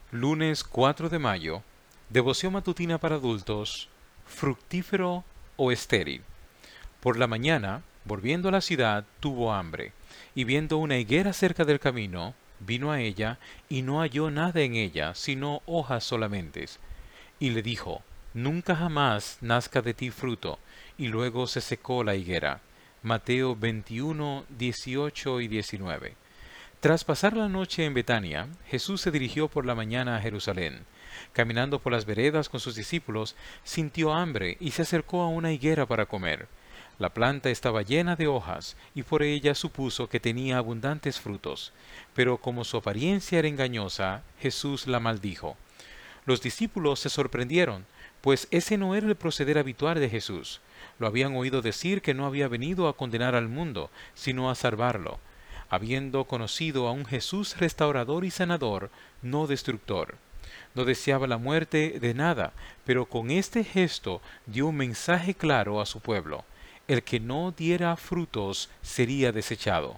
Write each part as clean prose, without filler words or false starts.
Lunes 4 de mayo. Devoción matutina para adultos. ¿Fructífero o estéril? Por la mañana, volviendo a la ciudad, tuvo hambre, y viendo una higuera cerca del camino, vino a ella, y no halló nada en ella, sino hojas solamente. Y le dijo, Nunca jamás nazca de ti fruto. Y luego se secó la higuera. Mateo 21, 18 y 19. Tras pasar la noche en Betania, Jesús se dirigió por la mañana a Jerusalén. Caminando por las veredas con sus discípulos, sintió hambre y se acercó a una higuera para comer. La planta estaba llena de hojas, y por ella supuso que tenía abundantes frutos. Pero como su apariencia era engañosa, Jesús la maldijo. Los discípulos se sorprendieron, pues ese no era el proceder habitual de Jesús. Lo habían oído decir que no había venido a condenar al mundo, sino a salvarlo, habiendo conocido a un Jesús restaurador y sanador, no destructor. No deseaba la muerte de nada, pero con este gesto dio un mensaje claro a su pueblo. El que no diera frutos sería desechado.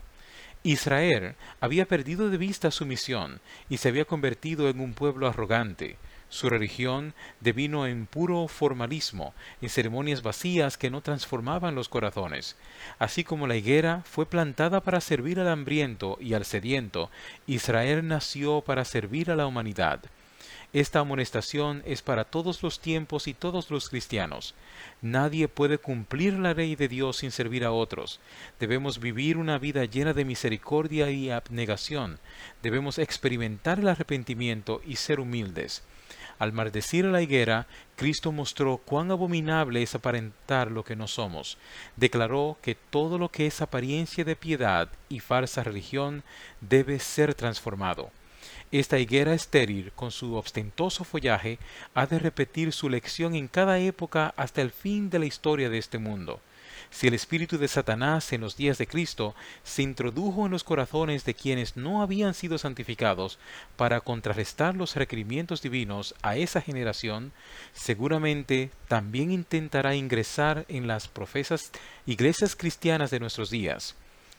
Israel había perdido de vista su misión y se había convertido en un pueblo arrogante. Su religión devino en puro formalismo, en ceremonias vacías que no transformaban los corazones. Así como la higuera fue plantada para servir al hambriento y al sediento, Israel nació para servir a la humanidad. Esta amonestación es para todos los tiempos y todos los cristianos. Nadie puede cumplir la ley de Dios sin servir a otros. Debemos vivir una vida llena de misericordia y abnegación. Debemos experimentar el arrepentimiento y ser humildes. Al maldecir a la higuera, Cristo mostró cuán abominable es aparentar lo que no somos. Declaró que todo lo que es apariencia de piedad y falsa religión debe ser transformado. Esta higuera estéril, con su ostentoso follaje, ha de repetir su lección en cada época hasta el fin de la historia de este mundo. Si el espíritu de Satanás en los días de Cristo se introdujo en los corazones de quienes no habían sido santificados para contrarrestar los requerimientos divinos a esa generación, seguramente también intentará ingresar en las profesas iglesias cristianas de nuestros días.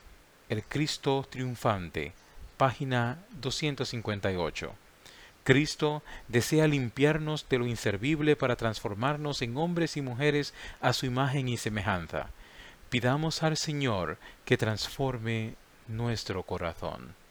El Cristo triunfante, página 258. Cristo desea limpiarnos de lo inservible para transformarnos en hombres y mujeres a su imagen y semejanza. Pidamos al Señor que transforme nuestro corazón.